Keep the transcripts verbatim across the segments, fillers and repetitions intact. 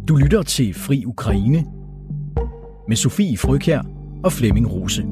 Du lytter til Fri Ukraine med Sofie Frøkjær og Flemming Rose.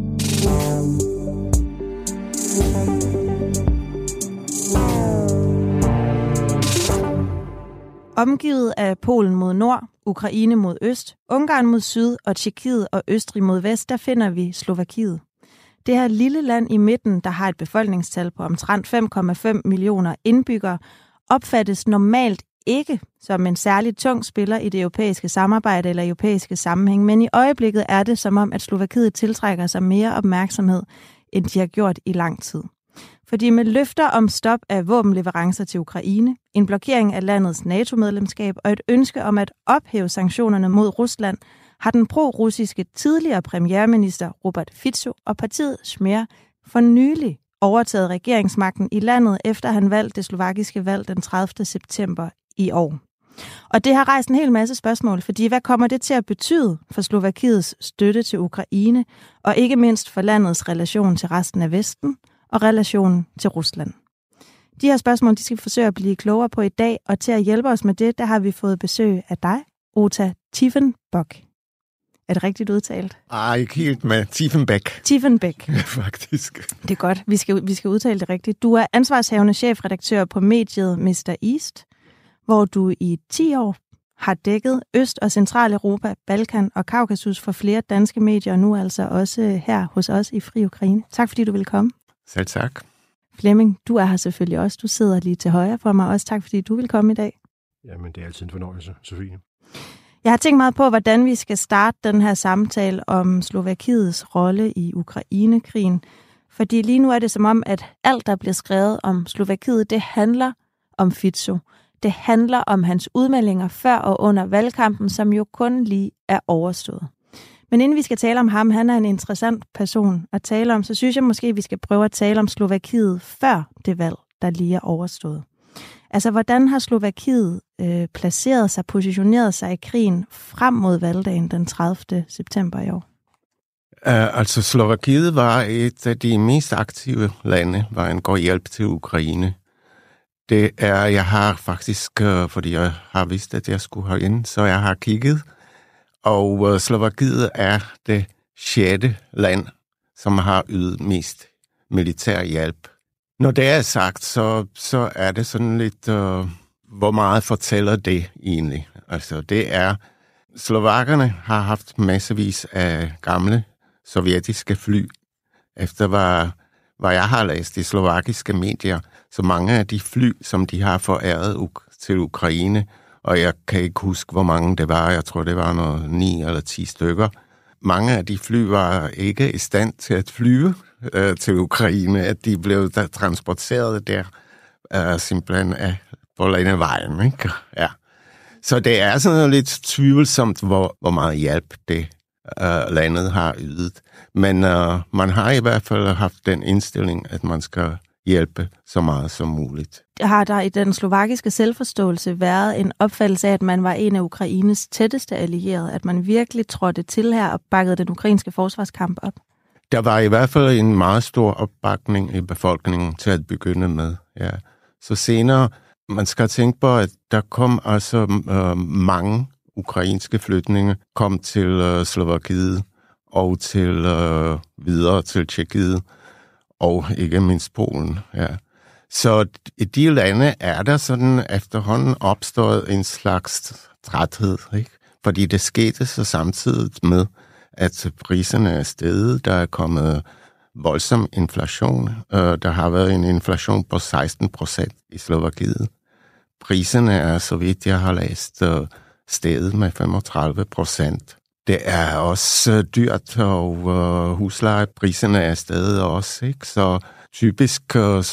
Omgivet af Polen mod nord, Ukraine mod øst, Ungarn mod syd og Tjekkiet og Østrig mod vest, der finder vi Slovakiet. Det her lille land i midten, der har et befolkningstal på omtrent fem komma fem millioner indbyggere, opfattes normalt ikke som en særlig tung spiller i det europæiske samarbejde eller europæiske sammenhæng, men i øjeblikket er det som om, at Slovakiet tiltrækker sig mere opmærksomhed, end de har gjort i lang tid. Fordi med løfter om stop af våbenleverancer til Ukraine, en blokering af landets NATO-medlemskab og et ønske om at ophæve sanktionerne mod Rusland, har den pro-russiske tidligere premierminister Robert Fico og partiet Smer for nylig overtaget regeringsmagten i landet, efter han valgte det slovakiske valg den tredivte september i år. Og det har rejst en hel masse spørgsmål, fordi hvad kommer det til at betyde for Slovakiets støtte til Ukraine, og ikke mindst for landets relation til resten af Vesten og relationen til Rusland? De her spørgsmål, de skal vi forsøge at blive klogere på i dag, og til at hjælpe os med det, der har vi fået besøg af dig, Ota Tiefenbach. Er det rigtigt udtalt? Ah, ikke helt med Tiefenbach. Tiefenbach. Ja, faktisk. Det er godt. Vi skal, vi skal udtale det rigtigt. Du er ansvarshavende chefredaktør på mediet mister East, hvor du i ti år har dækket Øst- og Centraleuropa, Balkan og Kaukasus for flere danske medier, og nu altså også her hos os i Fri Ukraine. Tak fordi du vil komme. Selv tak. Flemming, du er her selvfølgelig også. Du sidder lige til højre for mig også. Tak fordi du vil komme i dag. Jamen, det er altid en fornøjelse, Sofie. Jeg har tænkt meget på, hvordan vi skal starte den her samtale om Slovakiets rolle i Ukraine-krigen. Fordi lige nu er det som om, at alt, der bliver skrevet om Slovakiet, det handler om Fico. Det handler om hans udmeldinger før og under valgkampen, som jo kun lige er overstået. Men inden vi skal tale om ham, han er en interessant person at tale om, så synes jeg måske, vi skal prøve at tale om Slovakiet før det valg, der lige er overstået. Altså, hvordan har Slovakiet øh, placeret sig, positioneret sig i krigen frem mod valgdagen den tredivte september i år? Uh, altså, Slovakiet var et af de mest aktive lande, hvad angår hjælp til Ukraine. Det er, jeg har faktisk, uh, fordi jeg har vidst, at jeg skulle herinde, så jeg har kigget, og uh, Slovakiet er det sjette land, som har ydet mest militær hjælp. Når det er sagt, så, så er det sådan lidt, uh, hvor meget fortæller det egentlig? Altså, det er, slovakkerne har haft massevis af gamle sovjetiske fly, efter hvad, hvad jeg har læst i slovakiske medier, så mange af de fly, som de har foræret u- til Ukraine, og jeg kan ikke huske, hvor mange det var, jeg tror, det var noget ni eller ti stykker. Mange af de fly var ikke i stand til at flyve øh, til Ukraine, at de blev der transporteret der øh, simpelthen af på landevejen, ikke? Ja. Så det er sådan lidt tvivlsomt, hvor, hvor meget hjælp det øh, landet har ydet. Men øh, man har i hvert fald haft den indstilling, at man skal hjælpe så meget som muligt. Har der i den slovakiske selvforståelse været en opfattelse af, at man var en af Ukraines tætteste allierede, at man virkelig trådte til her og bakkede den ukrainske forsvarskamp op? Der var i hvert fald en meget stor opbakning i befolkningen til at begynde med. Ja. Så senere, man skal tænke på, at der kom altså øh, mange ukrainske flygtninge kom til øh, Slovakiet og til øh, videre til Tjekkiet og ikke mindst Polen. Ja. Så i de lande er der sådan efterhånden opstået en slags træthed, ikke? Fordi det skete så samtidig med, at priserne er steget. Der er kommet voldsom inflation. Der har været en inflation på seksten procent i Slovakiet. Priserne er, så vidt jeg har læst, steget med femogtredive procent. Det er også dyrt, og huslejepriserne er steget også, ikke? Så typisk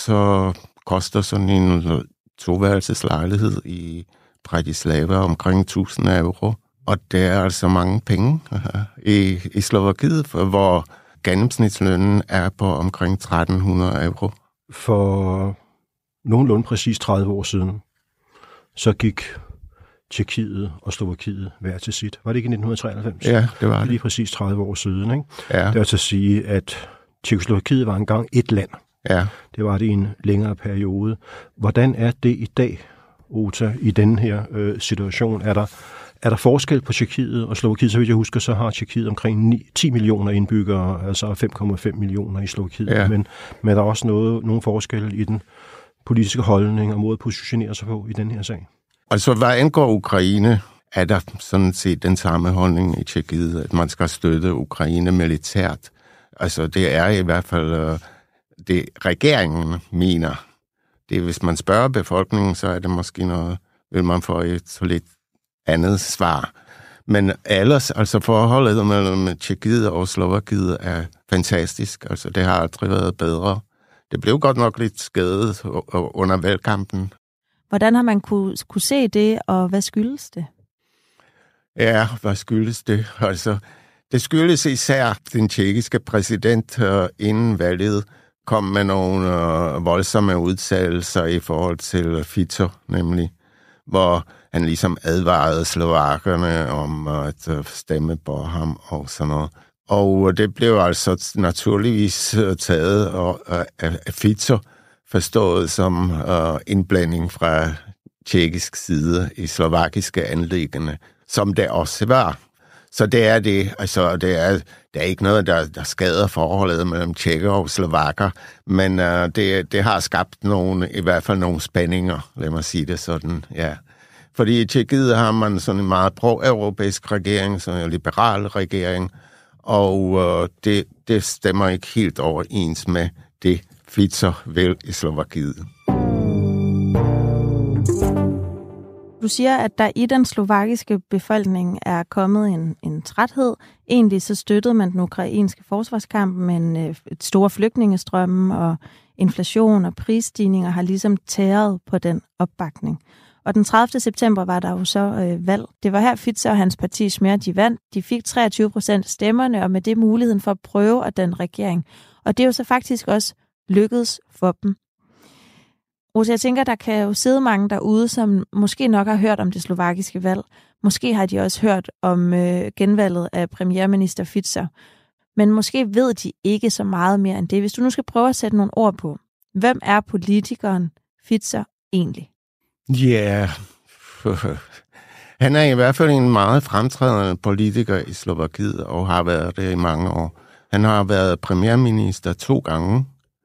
så koster sådan en toværelseslejlighed i Bratislava omkring tusind euro. Og det er altså mange penge i, i Slovakiet, hvor gennemsnitslønnen er på omkring tretten hundrede euro. For nogenlunde præcis tredive år siden, så gik Tjekkiet og Slovakiet hver til sit. Var det ikke i nitten treoghalvfems? Ja, det var det. Lige præcis tredive år siden, ikke? Ja. Det er altså at sige, at Tjekkoslovakiet var engang et land. Ja. Det var det i en længere periode. Hvordan er det i dag, Ota, i den her øh, situation? Er der, Er der forskel på Tjekkiet og Slovakiet? Så vidt jeg husker, så har Tjekkiet omkring ti millioner indbyggere, altså fem komma fem millioner i Slovakiet. Ja. Men, men er der også noget, nogle forskelle i den politiske holdning og måde at positionere sig på i den her sag? Altså, hvad angår Ukraine, er der sådan set den samme holdning i Tjekkiet, at man skal støtte Ukraine militært. Altså, det er i hvert fald det, regeringen mener. Det, hvis man spørger befolkningen, så er det måske noget, vil man få et så lidt andet svar. Men ellers, altså forholdet mellem Tjekkiet og Slovakiet er fantastisk. Altså, det har aldrig været bedre. Det blev godt nok lidt skadet under valgkampen. Hvordan har man kunne, kunne se det, og hvad skyldes det? Ja, hvad skyldes det? Altså, det skyldes især den tjekkiske præsident uh, inden valget kom med nogle uh, voldsomme udtalelser i forhold til Fico, nemlig, hvor han ligesom advarede slovakkerne om at uh, stemme på ham og sådan noget. Og det blev altså naturligvis uh, taget og, uh, af Fico, forstået som uh, indblanding fra tjekkisk side i slovakiske anliggende, som det også var. Så det er det, altså det er, det er ikke noget, der, der skader forholdet mellem tjekker og slovakker, men uh, det, det har skabt nogle, i hvert fald nogle spændinger, lad mig sige det sådan, ja. Fordi i Tjekkiet har man sådan en meget pro-europæisk regering, sådan en liberal regering, og uh, det, det stemmer ikke helt overens med det, Fico vil i Slovakiet. Du siger, at der i den slovakiske befolkning er kommet en, en træthed. Egentlig så støttede man den ukrainske forsvarskamp, men øh, store flygtningestrømme og inflation og prisstigninger har ligesom tæret på den opbakning. Og den tredivte september var der jo så øh, valg. Det var her Fico og hans parti Smer, de vandt. De fik treogtyve procent af stemmerne, og med det muligheden for at prøve at danne regering. Og det er jo så faktisk også lykkedes for dem. Rosa, jeg tænker, der kan jo sidde mange derude, som måske nok har hørt om det slovakiske valg. Måske har de også hørt om øh, genvalget af premierminister Fico. Men måske ved de ikke så meget mere end det. Hvis du nu skal prøve at sætte nogle ord på. Hvem er politikeren Fico egentlig? Ja, yeah. Han er i hvert fald en meget fremtrædende politiker i Slovakiet, og har været det i mange år. Han har været premierminister to gange.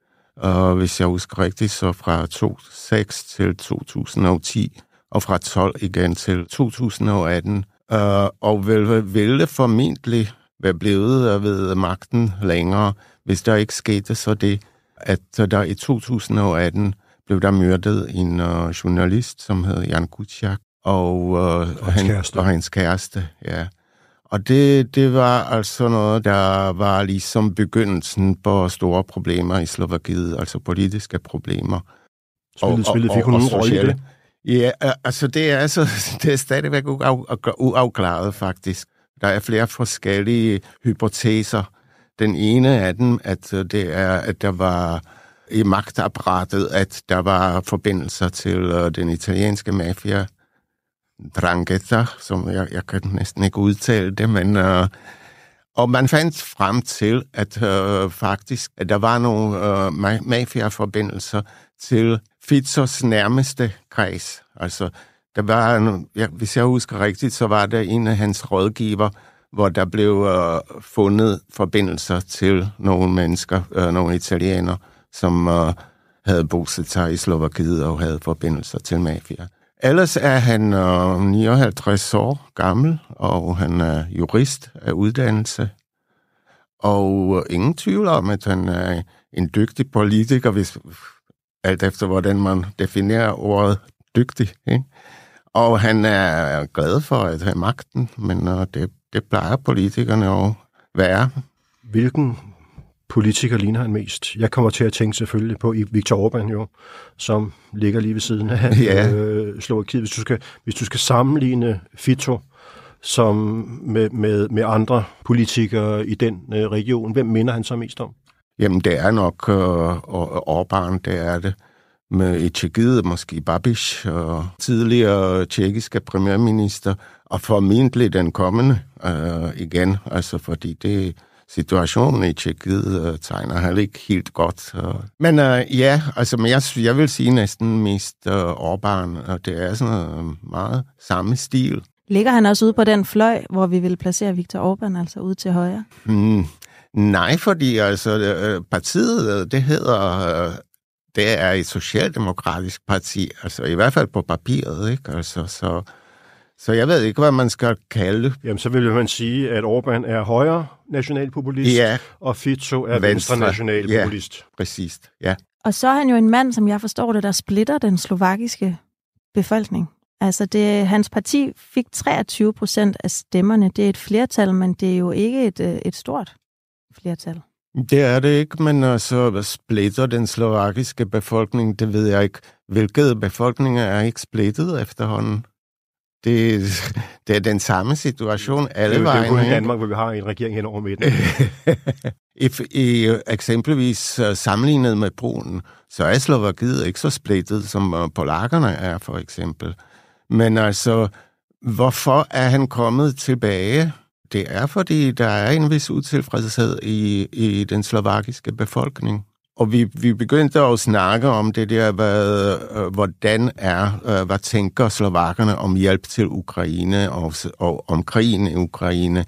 Og hvis jeg husker rigtigt, så fra to tusind og seks til to tusind og ti, og fra tolv igen til to tusind og atten. Uh, og ville, ville formentlig være blevet ved magten længere, hvis der ikke skete så det, at der i to tusind og atten blev der myrdet en uh, journalist, som hed Jan Kuciak, og, uh, og, hans han, kæreste. og hans kæreste. Ja. Og det, det var altså noget, der var ligesom begyndelsen på store problemer i Slovakiet, altså politiske problemer. Spillet, spillet fik hun nogen rolle i det? Ja, altså det er, altså, det er stadigvæk uafklaret faktisk. Der er flere forskellige hypoteser. Den ene af dem, at det er, at der var i magtapparatet, at der var forbindelser til den italienske mafia, Drangheta, som jeg, jeg kan næsten ikke udtale det, men øh, og man fandt frem til, at øh, faktisk, at der var nogle øh, mafia-forbindelser til Ficos nærmeste kreds. Altså, der var, en, ja, hvis jeg husker rigtigt, så var der en af hans rådgiver, hvor der blev øh, fundet forbindelser til nogle mennesker, øh, nogle italienere, som øh, havde bosat sig i Slovakiet og havde forbindelser til mafia. Ellers er han øh, nioghalvtreds år gammel, og han er jurist af uddannelse. Og øh, ingen tvivl om, at han er en dygtig politiker, hvis, alt efter hvordan man definerer ordet dygtig. Ikke? Og han er glad for at have magten, men øh, det, det plejer politikerne at være. Hvilken politiker ligner han mest? Jeg kommer til at tænke selvfølgelig på Viktor Orbán, jo, som ligger lige ved siden af ja. øh, Slovakiet. Hvis du skal, hvis du skal sammenligne Fico som med, med, med andre politikere i den øh, region, hvem minder han så mest om? Jamen, det er nok øh, Orbán, det er det. Med i Tjekkiet, måske Babiš, og tidligere tjekkiske premierminister, og formentlig den kommende øh, igen, altså fordi det situationen i Tjekkiet uh, tegner heller ikke helt godt. Uh. Men uh, ja, altså men jeg, jeg vil sige næsten mest uh, Orbán, og det er sådan uh, meget samme stil. Ligger han også ude på den fløj, hvor vi vil placere Viktor Orbán, altså ude til højre? Mm, nej, fordi altså partiet, det hedder, det er et socialdemokratisk parti, altså i hvert fald på papiret, ikke? Altså, så, så jeg ved ikke, hvad man skal kalde. Jamen, så vil man sige, at Orbán er højre nationalpopulist, ja. og Fico er venstre, venstre nationalpopulist. Ja, præcis, ja. Og så er han jo en mand, som jeg forstår det, der splitter den slovakiske befolkning. Altså, det, hans parti fik treogtyve procent af stemmerne. Det er et flertal, men det er jo ikke et, et stort flertal. Det er det ikke, men altså splitter den slovakiske befolkning, det ved jeg ikke. Hvilke befolkninger er ikke splittet efterhånden? Det, det er den samme situation alle vejen. Det er jo kun i Danmark, hvor vi har en regering hen over midten. I, I eksempelvis sammenlignet med Polen, så er Slovakiet ikke så splittet, som polakkerne er, for eksempel. Men altså, hvorfor er han kommet tilbage? Det er, fordi der er en vis utilfredshed i, i den slovakiske befolkning. Og vi, vi begyndte at snakke om det der, hvad, hvordan er, hvad tænker slovakkerne om hjælp til Ukraine og, og om krigen i Ukraine.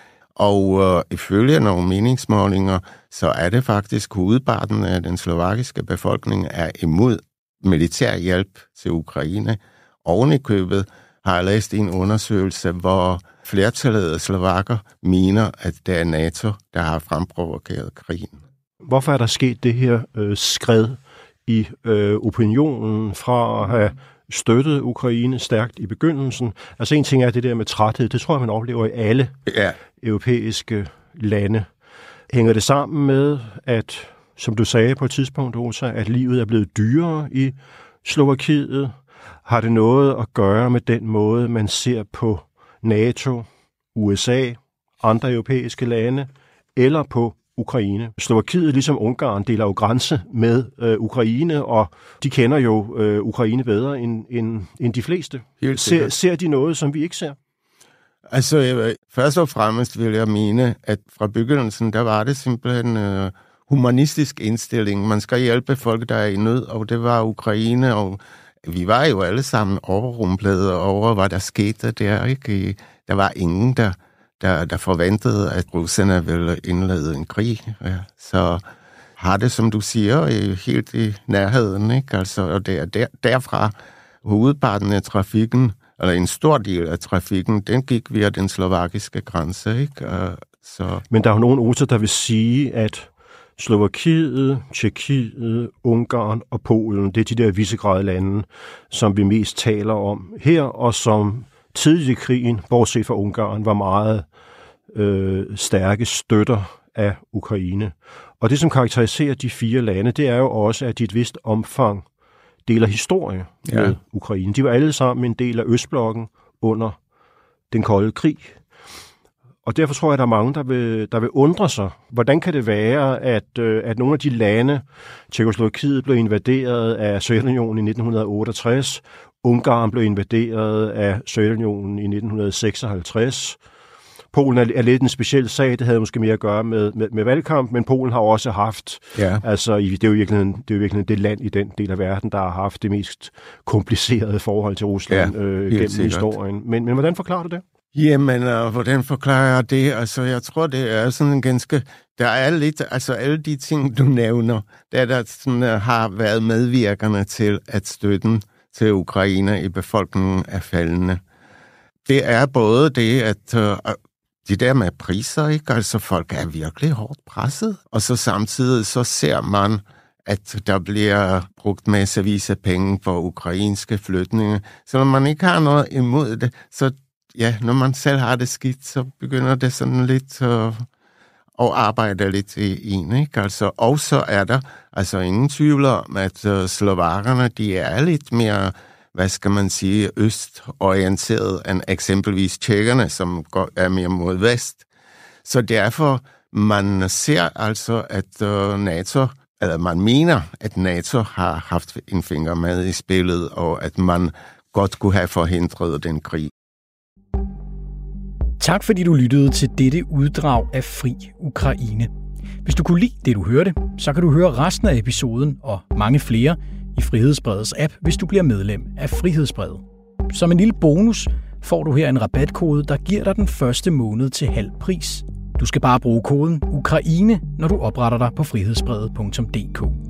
Og uh, ifølge nogle meningsmålinger, så er det faktisk hovedparten af den slovakiske befolkning er imod militær hjælp til Ukraine. Oven i købet har jeg læst en undersøgelse, hvor flertallet af slovakker mener, at det er NATO, der har fremprovokeret krigen. Hvorfor er der sket det her øh, skred i øh, opinionen fra at have støttet Ukraine stærkt i begyndelsen? Altså en ting er det der med træthed, det tror jeg, man oplever i alle ja. europæiske lande. Hænger det sammen med, at, som du sagde på et tidspunkt, Rosa, at livet er blevet dyrere i Slovakiet? Har det noget at gøre med den måde, man ser på NATO, U S A, andre europæiske lande, eller på Ukraine? Slovakiet, ligesom Ungarn, deler jo grænse med øh, Ukraine, og de kender jo øh, Ukraine bedre end, end, end de fleste. Ser, ser de noget, som vi ikke ser? Altså, jeg, først og fremmest vil jeg mene, at fra begyndelsen, der var det simpelthen øh, humanistisk indstilling. Man skal hjælpe folk, der er i nød, og det var Ukraine, og vi var jo alle sammen overrumplet over, hvad der skete der, ikke? Der var ingen, der, der, der forventede, at russerne ville indlede en krig. Ja. Så har det, som du siger, helt i nærheden, ikke? Altså, og det er der, derfra hovedparten af trafikken, eller en stor del af trafikken, den gik via den slovakiske grænse, ikke? Så. Men der er jo nogen også, der vil sige, at Slovakiet, Tjekkiet, Ungarn og Polen, det er de der Visegrad-lande, som vi mest taler om her, og som tidligt i krigen, bortset fra Ungarn, var meget øh, stærke støtter af Ukraine. Og det, som karakteriserer de fire lande, det er jo også, at de i et vist omfang deler historie ja. med Ukraine. De var alle sammen en del af Østblokken under den kolde krig. Og derfor tror jeg, at der er mange, der vil, der vil undre sig. Hvordan kan det være, at, at nogle af de lande, Tjekkoslovakiet blev invaderet af Sovjetunionen i nitten otteogtres, Ungarn blev invaderet af Sovjetunionen i nitten seksoghalvtreds. Polen er, er lidt en speciel sag, det havde måske mere at gøre med, med, med valgkamp, men Polen har også haft, ja. altså det er jo virkelig det, er jo virkelig det land i den del af verden, der har haft det mest komplicerede forhold til Rusland ja, øh, gennem sikkert. historien. Men, men hvordan forklarer du det? Jamen, og hvordan forklarer jeg det? Altså, jeg tror, det er sådan en ganske... Der er lidt... Altså, alle de ting, du nævner, der, der sådan, uh, har været medvirkende til, at støtten til Ukraine i befolkningen er faldende. Det er både det, at uh, de der med priser, ikke? Altså, folk er virkelig hårdt presset. Og så samtidig, så ser man, at der bliver brugt massevis af penge på ukrainske flygtninge. Så når man ikke har noget imod det, så ja, når man selv har det skidt, så begynder det sådan lidt uh, at arbejde lidt i en, ikke? Altså, og så er der altså ingen tvivl om, at uh, slovakkerne, de er lidt mere, hvad skal man sige, østorienteret end eksempelvis tjekkerne, som går, er mere mod vest. Så derfor, man ser altså, at uh, NATO, eller man mener, at NATO har haft en finger med i spillet, og at man godt kunne have forhindret den krig. Tak fordi du lyttede til dette uddrag af Fri Ukraine. Hvis du kunne lide det, du hørte, så kan du høre resten af episoden og mange flere i Frihedsbredets app, hvis du bliver medlem af Frihedsbredet. Som en lille bonus får du her en rabatkode, der giver dig den første måned til halv pris. Du skal bare bruge koden Ukraine, når du opretter dig på frihedsbrevet punktum d k.